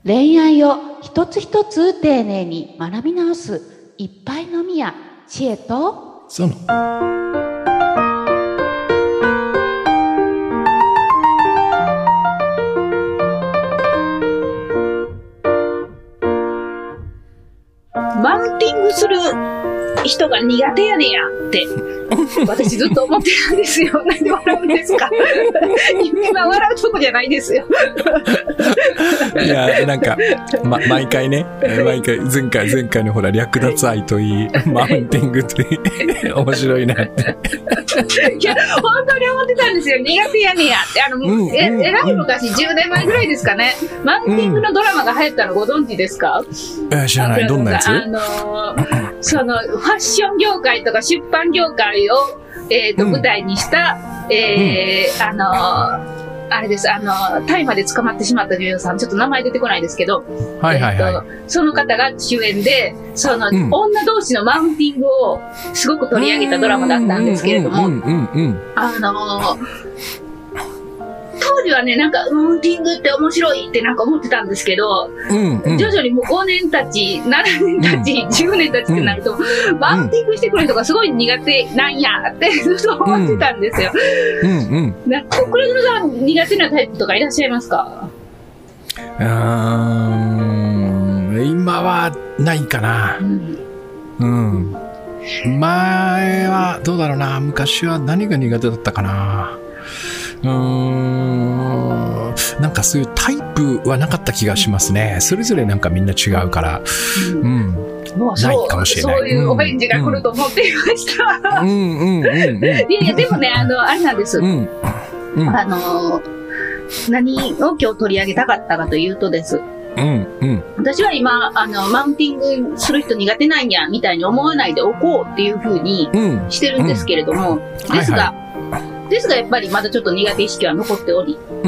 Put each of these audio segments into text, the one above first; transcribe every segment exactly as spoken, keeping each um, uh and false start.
恋愛を一つ一つ丁寧に学び直すいっぱいのみや知恵とそのマウンティングする人が苦手やねやって私ずっと思ってたんですよ。なんで笑うんですか？今笑うとこじゃないですよ。 いやなんか、ま、毎回ね毎回前回前回のほら略奪愛といいマウンティングといい面白いなって。 いや本当に思ってたんですよ。苦手やねやってあの、うんうん、え, えらい昔じゅうねんまえぐらいですかね。マウンティングのドラマが流行ったのご存知ですか？ うん、え知らない。どんなやつ？ あのー、そのファッション業界とか出版業界を、えー、と舞台にした、うん、えーうん、あのーあれです、あの、大麻で捕まってしまった女優さん、ちょっと名前出てこないですけど、 はいはいはい。 えー、その方が主演で、その、うん、女同士のマウンティングをすごく取り上げたドラマだったんですけれども、あの、当時はね、なんか、マウンティングって面白いってなんか思ってたんですけど、うんうん、徐々にもうごねん経ち、ななねん経ち、うん、じゅうねん経ちってなると、うん、マウンティングしてくる人がすごい苦手なんやってずっと思ってたんですよ。うんうん、なこれのさん苦手なタイプとかいらっしゃいますか？ うーん、今はないかな。うん。うん、前はどうだろうな。昔は何が苦手だったかな。うーん、なんかそういうタイプはなかった気がしますね。それぞれなんかみんな違うから、うん、うん、もうないかもしれない。 そういうお返事が来ると思っていました。うんうんうんうん。いやいやでもね、あのあれなんです。うんうん、あの何を今日取り上げたかったかというとです。うんうん、私は今あのマウンティングする人苦手なんやみたいに思わないでおこうっていう風にしてるんですけれども、うんうん、ですが。はいはいですがやっぱりまだちょっと苦手意識は残っており、うん、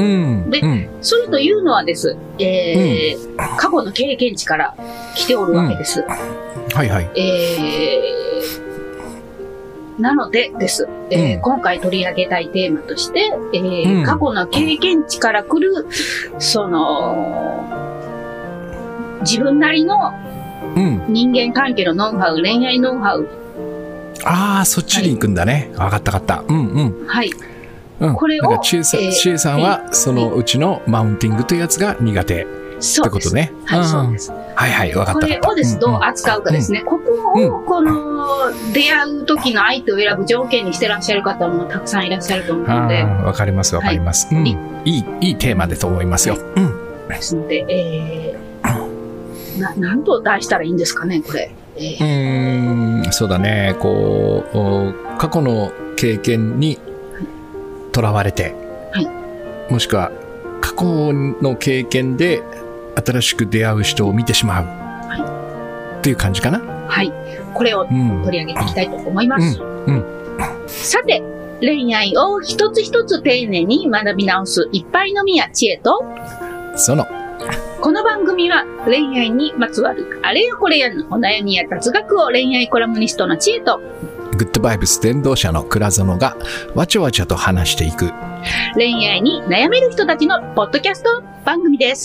で、うん、それというのはです、えーうん、過去の経験値から来ておるわけです。うん、はいはい。えー、なのでです、えーうん、今回取り上げたいテーマとして、えーうん、過去の経験値から来るその自分なりの人間関係のノウハウ、恋愛ノウハウ。 ああ、そっちに行くんだね。わ、はい、かったわかった。うんうん。はい。うん。これを。なんかちえさん、えー、ちえさんは、そのうちのマウンティングというやつが苦手ってことね。 はい、そうです。 はいはい、わかった。 これをです、どう扱うかですね。うん、ここを、この、出会う時の相手を選ぶ条件にしてらっしゃる方もたくさんいらっしゃると思うので。 わかりますわかります、はい、うん。いい、いいテーマでと思いますよ。うん。 ですので、えー、な、なんと題したらいいんですかね、これ。えー、うーんそうだね、こう過去の経験にとらわれて、はい、もしくは過去の経験で新しく出会う人を見てしまう、はい、っていう感じかな。 はい、これを取り上げていきたいと思います、うんうんうん、さて恋愛を一つ一つ丁寧に学び直すいっぱいのみや知恵とそのこの番組は恋愛にまつわるあれやこれやのお悩みや雑学を恋愛コラムニストの知恵とグッドバイブス伝道者の倉園がわちゃわちゃと話していく恋愛に悩める人たちのポッドキャスト番組です。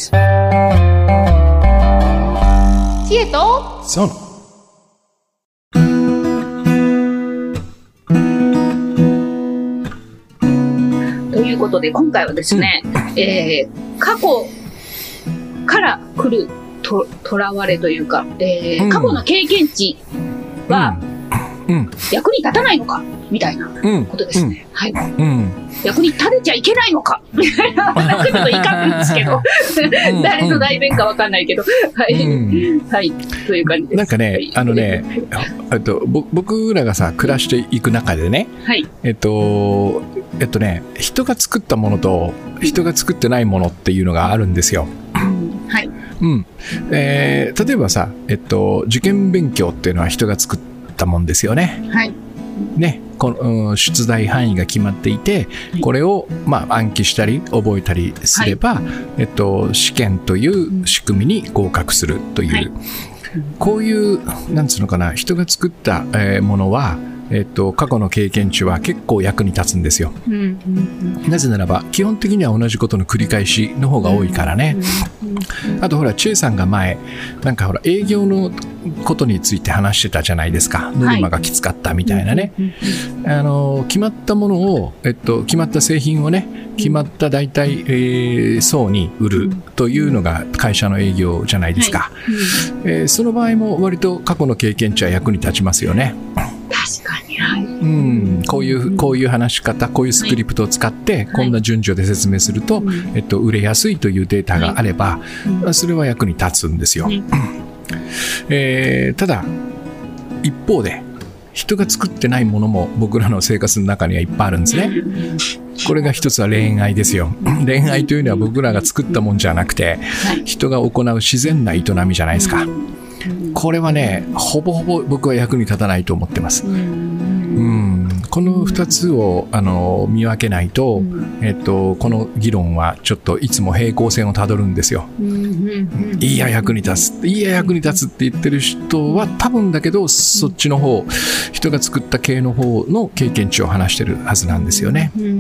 知恵とそのということで今回はですね、うんえー、過去から来ると、とらわれというか、えーうん、過去の経験値は、うん、役に立たないのかみたいなことですね。うん、はい、うん。役に立てちゃいけないのかみたいな話ちょっといかんですけど、誰の代弁かわかんないけど、はい、うん、はい、という感じです。 なんかね、あのね、えと僕らがさ暮らしていく中でね、はい、えっとえっとね、人が作ったものと人が作ってないものっていうのがあるんですよ。はいうんえー、例えばさ、えっと、受験勉強っていうのは人が作ったもんですよね。はいね、この、うん、出題範囲が決まっていて、はい、これを、まあ、暗記したり覚えたりすれば、はいえっと、試験という仕組みに合格するという、はい、こういうなんつうのかな人が作った、えー、ものはえっと、過去の経験値は結構役に立つんですよ、うんうんうん、なぜならば基本的には同じことの繰り返しの方が多いからね、うんうんあとほらチェイさんが前なんかほら営業のことについて話してたじゃないですか。ノルマがきつかったみたいなね、はい、あの決まったものを、えっと、決まった製品をね決まった大体、えー、層に売るというのが会社の営業じゃないですか、はい、えー、その場合も割と過去の経験値は役に立ちますよね。 確かに、はい、 うん、こういうこういう話し方、こういうスクリプトを使ってこんな順序で説明すると、はい、えっと、売れやすいというデータがあれば、はい、それは役に立つんですよ、はい、えー、ただ一方で人が作ってないものも僕らの生活の中にはいっぱいあるんですね。これが一つは恋愛ですよ。恋愛というのは僕らが作ったもんじゃなくて人が行う自然な営みじゃないですか。これはね、ほぼほぼ僕は役に立たないと思ってます。うん、このふたつをあの見分けないと、えっと、この議論はちょっといつも平行線をたどるんですよ。いいや役に立つ、いいや役に立つって言ってる人は多分だけどそっちの方、人が作った系の方の経験値を話してるはずなんですよね。うん、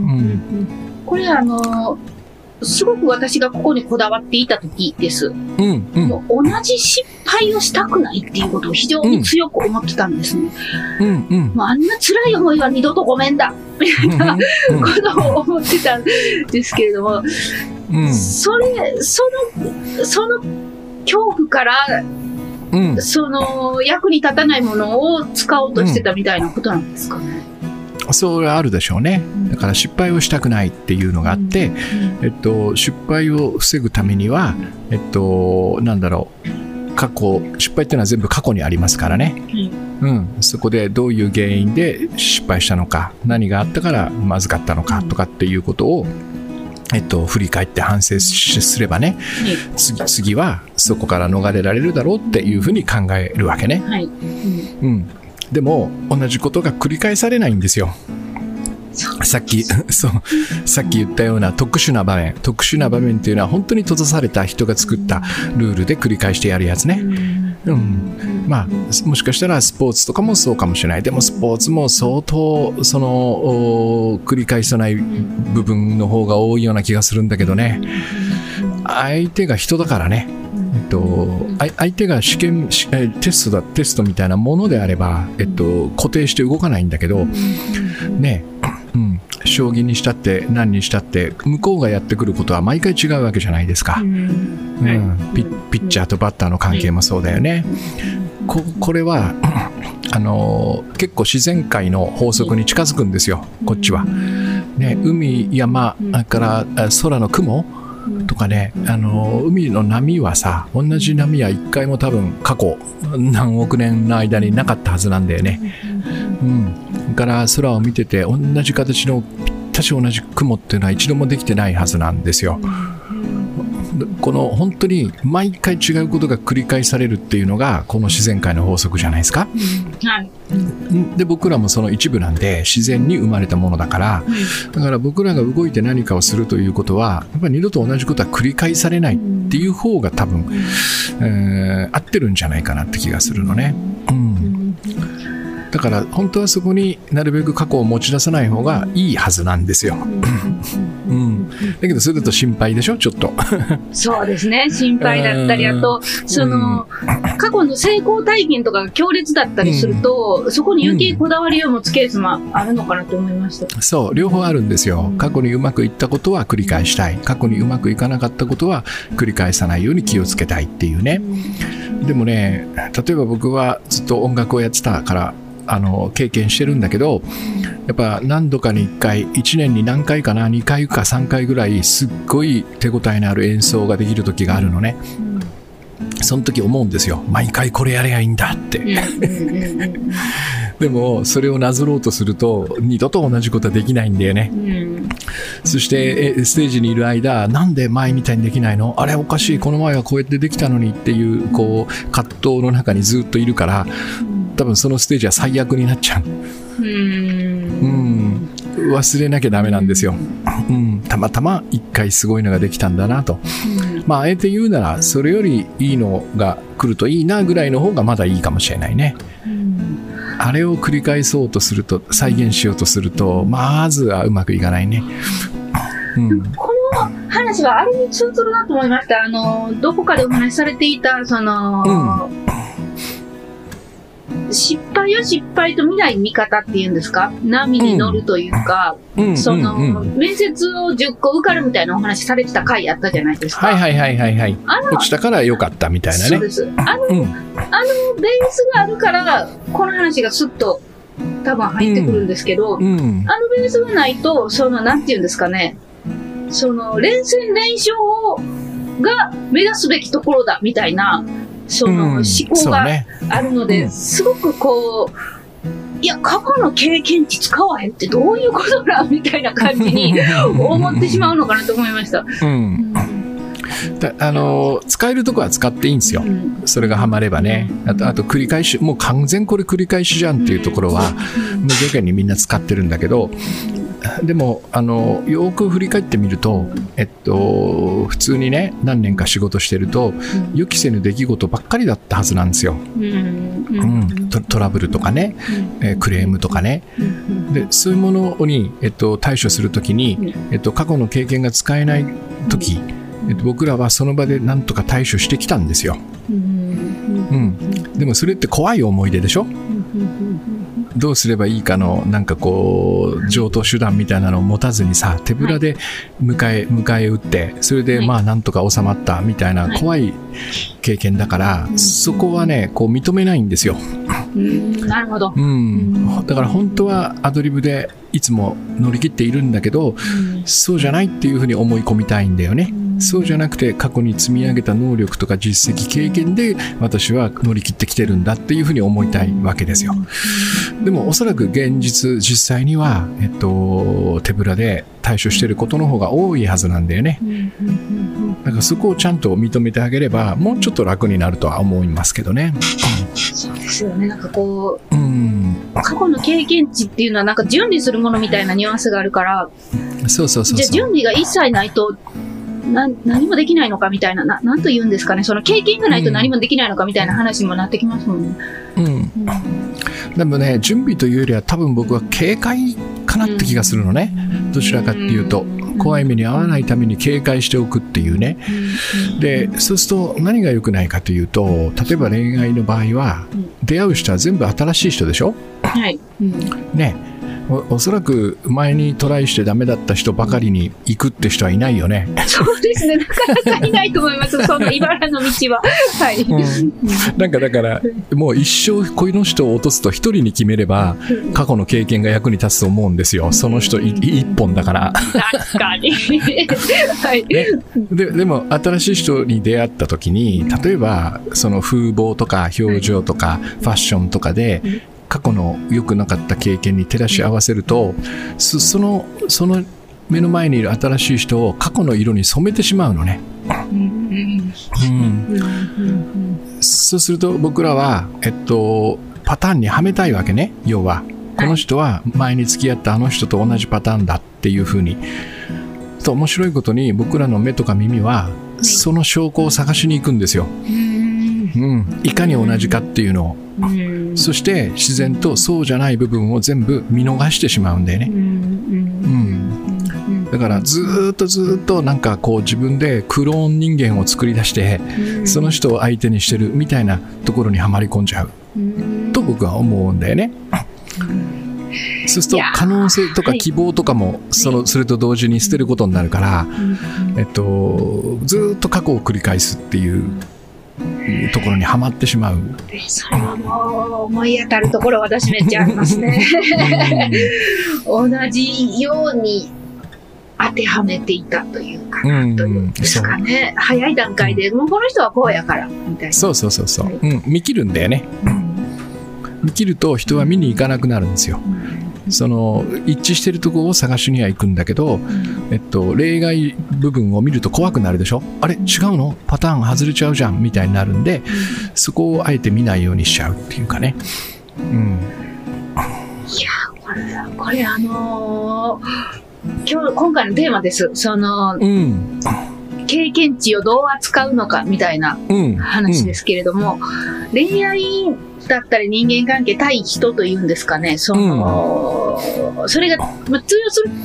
これあのすごく私がここにこだわっていた時です、うんうん、もう同じ失敗をしたくないっていうことを非常に強く思ってたんですね、うんうん、もうあんな辛い思いは二度とごめんだみたいなことを思ってたんですけれども、うん、それそのその恐怖から、うん、その役に立たないものを使おうとしてたみたいなことなんですかね。 それはあるでしょうね。だから失敗をしたくないっていうのがあって、えっと、失敗を防ぐためには、えっと、なんだろう、過去、失敗っていうのは全部過去にありますからね、うん、そこでどういう原因で失敗したのか、何があったからまずかったのかとかっていうことを、えっと、振り返って反省すればね、次、次はそこから逃れられるだろうっていうふうに考えるわけね、はい、うん、でも同じことが繰り返されないんですよ。さっきそうさっき言ったような特殊な場面特殊な場面っていうのは本当に閉ざされた人が作ったルールで繰り返してやるやつね、うん、まあもしかしたらスポーツとかもそうかもしれない。でもスポーツも相当その繰り返さない部分の方が多いような気がするんだけどね。相手が人だからね、えっと、相手が試験テストだテストみたいなものであれば、えっと、固定して動かないんだけどね、うん、将棋にしたって何にしたって向こうがやってくることは毎回違うわけじゃないですか、うん、ピ, ピッチャーとバッターの関係もそうだよね。 こ, これはあの結構自然界の法則に近づくんですよ、こっちは、ね、海山から空の雲とかね、あの海の波はさ、同じ波は一回も多分過去何億年の間になかったはずなんだよね、うん、だから空を見てて同じ形のぴったし同じ雲っていうのは一度もできてないはずなんですよ。この本当に毎回違うことが繰り返されるっていうのがこの自然界の法則じゃないですか、はい、で僕らもその一部なんで自然に生まれたものだから、だから僕らが動いて何かをするということはやっぱり二度と同じことは繰り返されないっていう方が多分、えー、合ってるんじゃないかなって気がするのね、うん、だから本当はそこになるべく過去を持ち出さない方がいいはずなんですようん、だけどそれだと心配でしょ、ちょっとそうですね、心配だったり、あとその、うん、過去の成功体験とかが強烈だったりすると、うん、そこに余計こだわりを持つケースもあるのかなと思いました、 うん、そう、両方あるんですよ。過去にうまくいったことは繰り返したい、過去にうまくいかなかったことは繰り返さないように気をつけたいっていうね、うん、でもね、例えば僕はずっと音楽をやってたからあの経験してるんだけど、やっぱ何度かにいっかい、いちねんに何回かな、にかいかさんかいぐらいすっごい手応えのある演奏ができる時があるのね、うん、その時思うんですよ、毎回これやればいいんだってでもそれをなぞろうとすると二度と同じことはできないんだよね、うん、そしてステージにいる間、なんで前みたいにできないの、あれおかしい、この前はこうやってできたのにっていう、こう葛藤の中にずっといるから、多分そのステージは最悪になっちゃう。うーん、うん、忘れなきゃダメなんですよ、うん、たまたま一回すごいのができたんだなと、うん、まああえて言うならそれよりいいのが来るといいなぐらいの方がまだいいかもしれないね、うん、あれを繰り返そうとすると、再現しようとするとまずはうまくいかないね、うん、 この話話はあれに通ずるなと思いました。あの、どこかでお話しされていた、その、うん、失敗を失敗と見ない見方っていうんですか、波に乗るというか、うん、その、うんうん、面接をじゅっこ受かるみたいなお話されてた回あったじゃないですか。 はいはいはいはいはい。落ちたから良かったみたいなね。 そうです。あの、うん、あのベースがあるから、この話がスッと多分入ってくるんですけど、うんうん、あのベースがないと、その、なんていうんですかね、その、連戦連勝が目指すべきところだみたいな、その思考があるので、うんね、すごくこう、いや、過去の経験値使わへんってどういうことだみたいな感じに思ってしまうのかなと思いました。うんうんだあの使えるとこは使っていいんですよ、うん、それがハマればね。あと、あと繰り返し、もう完全これ繰り返しじゃんっていうところは無条件にみんな使ってるんだけど、でもあのよく振り返ってみると、えっと、普通にね何年か仕事してると、うん、予期せぬ出来事ばっかりだったはずなんですよ、うんうん、ト, トラブルとかね、うんえー、クレームとかね、うん、でそういうものに、えっと、対処するときに、えっと、過去の経験が使えないとき、えっと、僕らはその場で何とか対処してきたんですよ、うんうん、でもそれって怖い思い出でしょ。どうすればいいかのなんかこう上等手段みたいなのを持たずにさ、手ぶらで迎え、迎え撃って、それでまあなんとか収まったみたいな怖い経験だから、そこはねこう認めないんですよ。 うん、なるほど、 うん、だから本当はアドリブでいつも乗り切っているんだけど、そうじゃないっていうふうに思い込みたいんだよね。そうじゃなくて過去に積み上げた能力とか実績経験で私は乗り切ってきてるんだっていうふうに思いたいわけですよ。でもおそらく現実実際には、えっと、手ぶらで対処していることの方が多いはずなんだよね。だからそこをちゃんと認めてあげればもうちょっと楽になるとは思いますけどね。 そうですよね。なんかこう、うん、過去の経験値っていうのはなんか準備するものみたいなニュアンスがあるから、 そうそうそうそう、 じゃあ準備が一切ないとな何もできないのかみたいな、な、なんと言うんですかね、その経験がないと何もできないのかみたいな話にもなってきますもんね。うん。うん、 でもね、準備というよりは多分僕は警戒かなって気がするのね。うん、どちらかっていうと、怖い目に遭わないために警戒しておくっていうね。うん、で、そうすると何が良くないかというと、例えば恋愛の場合は、うん、出会う人は全部新しい人でしょ？はい。うん、ね。お, おそらく前にトライしてダメだった人ばかりに行くって人はいないよね。 そうですね、なかなかいないと思いますその茨の道は。はい、うん、 なんかだからもう一生この人を落とすと一人に決めれば過去の経験が役に立つと思うんですよ。その人一本だから。 確かに、はい、 ね、で, でも新しい人に出会った時に、例えばその風貌とか表情とかファッションとかで過去の良くなかった経験に照らし合わせると、そ, そのその目の前にいる新しい人を過去の色に染めてしまうのね。うんうん、そうすると僕らは、えっと、パターンにはめたいわけね。要はこの人は前に付き合ったあの人と同じパターンだっていう風に。と面白いことに僕らの目とか耳はその証拠を探しに行くんですよ。うん、いかに同じかっていうのを、うん、そして自然とそうじゃない部分を全部見逃してしまうんだよね、うんうん、だからずっとずっとなんかこう自分でクローン人間を作り出して、うん、その人を相手にしてるみたいなところにはまり込んじゃう、うん、と僕は思うんだよね、うん、そうすると可能性とか希望とかもそのそれと同時に捨てることになるから、えっと、ずっと過去を繰り返すっていうところにはまってしまう。 それはもう思い当たるところ私めっちゃありますね同じように当てはめていたというかなというんですかね、うん、早い段階で、うん、もうこの人はこうやからみたいな。 そうそうそうそう、はい、うん、見切るんだよね、うん、見切ると人は見に行かなくなるんですよ、うん、その一致してるところを探しには行くんだけど、うんえっと、例外部分を見ると怖くなるでしょ。あれ違うのパターン外れちゃうじゃんみたいになるんで、うん、そこをあえて見ないようにしちゃうっていうかね、うん、 いやこれこれあのー、今日今回のテーマです。その、うん、経験値をどう扱うのかみたいな話ですけれども、うんうん、恋愛だったり人間関係対人というんですかね、その、うん、それが、まあ、通用する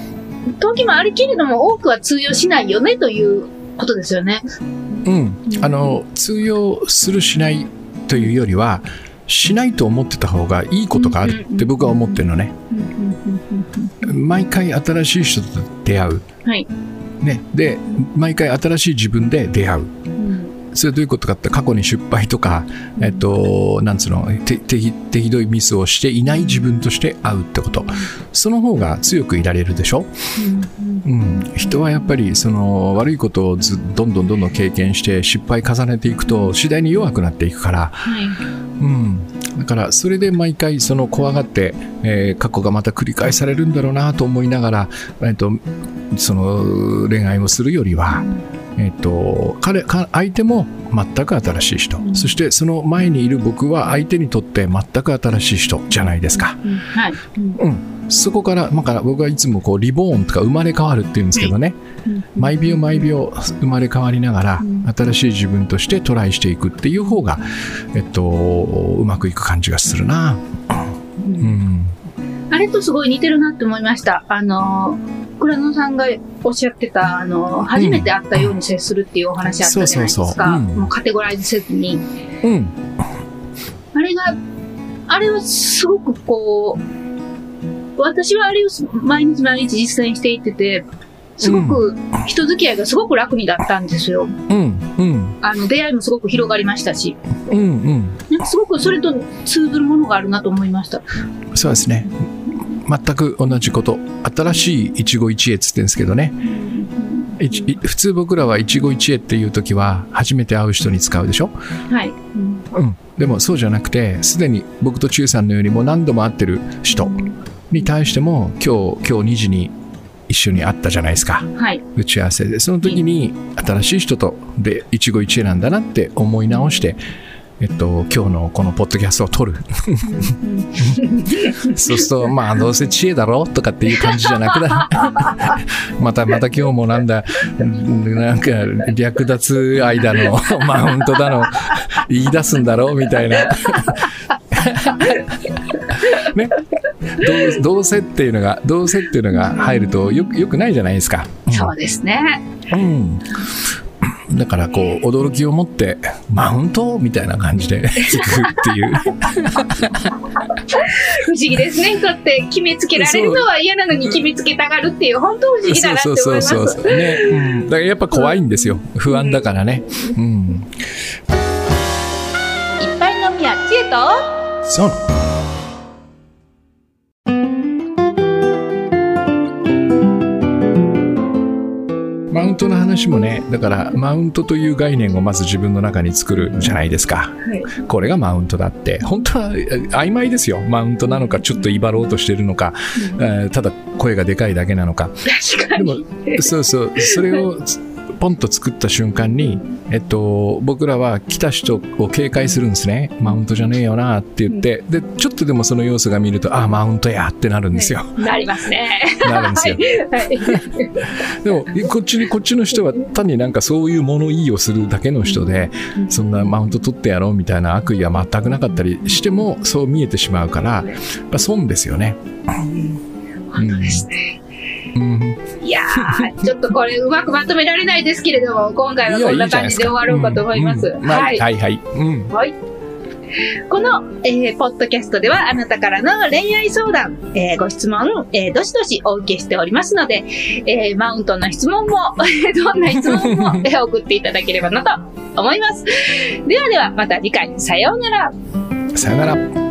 時もあるけれども、多くは通用しないよねということですよね。 うん。あの、通用するしないというよりは、しないと思ってた方がいいことがあるって僕は思ってるのね。毎回新しい人と出会う。はい。ね。で、毎回新しい自分で出会う。それどういうことかって、過去に失敗とか、えっと、なんつうの、手、手、手ひどいミスをしていない自分として会うってこと。その方が強くいられるでしょ。うん。人はやっぱり、その、悪いことをずどんどんどんどん経験して失敗重ねていくと、次第に弱くなっていくから、はい、うん。だから、それで毎回、その、怖がって、えー、過去がまた繰り返されるんだろうなと思いながら、えっと、その、恋愛をするよりは、えっと、彼、相手も全く新しい人、うん、そしてその前にいる僕は相手にとって全く新しい人じゃないですか。うん、はい、うん、そこから、まあ、僕はいつもこうリボーンとか生まれ変わるっていうんですけどね、うん、毎秒毎秒生まれ変わりながら、うん、新しい自分としてトライしていくっていう方が、えっと、うまくいく感じがするな。うん、うん、 あれとすごい似てるなって思いました。あの倉野さんがおっしゃってた、あの、初めて会ったように接するっていうお話あったじゃないですか。もうカテゴライズせずに。うん。あれが、あれはすごくこう、私はあれを毎日毎日実践していってて、すごく人付き合いがすごく楽になったんですよ。うん。うん。あの、出会いもすごく広がりましたし。うんうん。なんかすごくそれと通ずるものがあるなと思いました。 そうですね。全く同じこと。新しい一期一会って言ってるんですけどね。普通僕らは一期一会っていう時は初めて会う人に使うでしょ。はい。うん。うん、でもそうじゃなくて、すでに僕と中さんのようにもう何度も会ってる人に対しても、今日、今日にじに一緒に会ったじゃないですか。はい。打ち合わせで。その時に新しい人とで一期一会なんだなって思い直して、えっと、今日のこのポッドキャストを撮る。そうすると、まあ、どうせ知恵だろとかっていう感じじゃなくなる。また、また今日もなんだ、なんか、略奪愛だの、マウントだの、言い出すんだろみたいな。ね。どう、どうせっていうのが、どうせっていうのが入るとよく、よくないじゃないですか。 うん、そうですね。うん。 だからこう驚きを持ってマウントみたいな感じで行くっていう不思議ですね。だって決めつけられるのは嫌なのに決めつけたがるっていう本当不思議だなって思います。そうそうそうそうね、うん、 だからやっぱ怖いんですよ。不安だからね、うんうん、いっぱい飲みや知恵とそうマウントの話もね、だからマウントという概念をまず自分の中に作るじゃないですか、はい、これがマウントだって本当は曖昧ですよ。マウントなのかちょっと威張ろうとしてるのか、うんえー、ただ声がでかいだけなのか。 確かに。 でもそうそうそれをポンと作った瞬間に、えっと、僕らは来た人を警戒するんですね。マウントじゃねえよなって言って、うん、でちょっとでもその要素が見るとああマウントやってなるんですよ、 ね、なりますね。 なるんですよ、はい、でもこっちにこっちの人は単になんかそういう物言いをするだけの人で、うん、そんなマウント取ってやろうみたいな悪意は全くなかったりしてもそう見えてしまうからやっぱ損ですよね、 うん、本当ですね、うん、いやーちょっとこれうまくまとめられないですけれども今回はこんな感じで終わろうかと思います。 はいはいはい、うん、はい。 この、えー、ポッドキャストではあなたからの恋愛相談、えー、ご質問、えー、どしどしお受けしておりますので、えー、マウントの質問もどんな質問も送っていただければなと思います。ではではまた次回さようなら。 さようなら。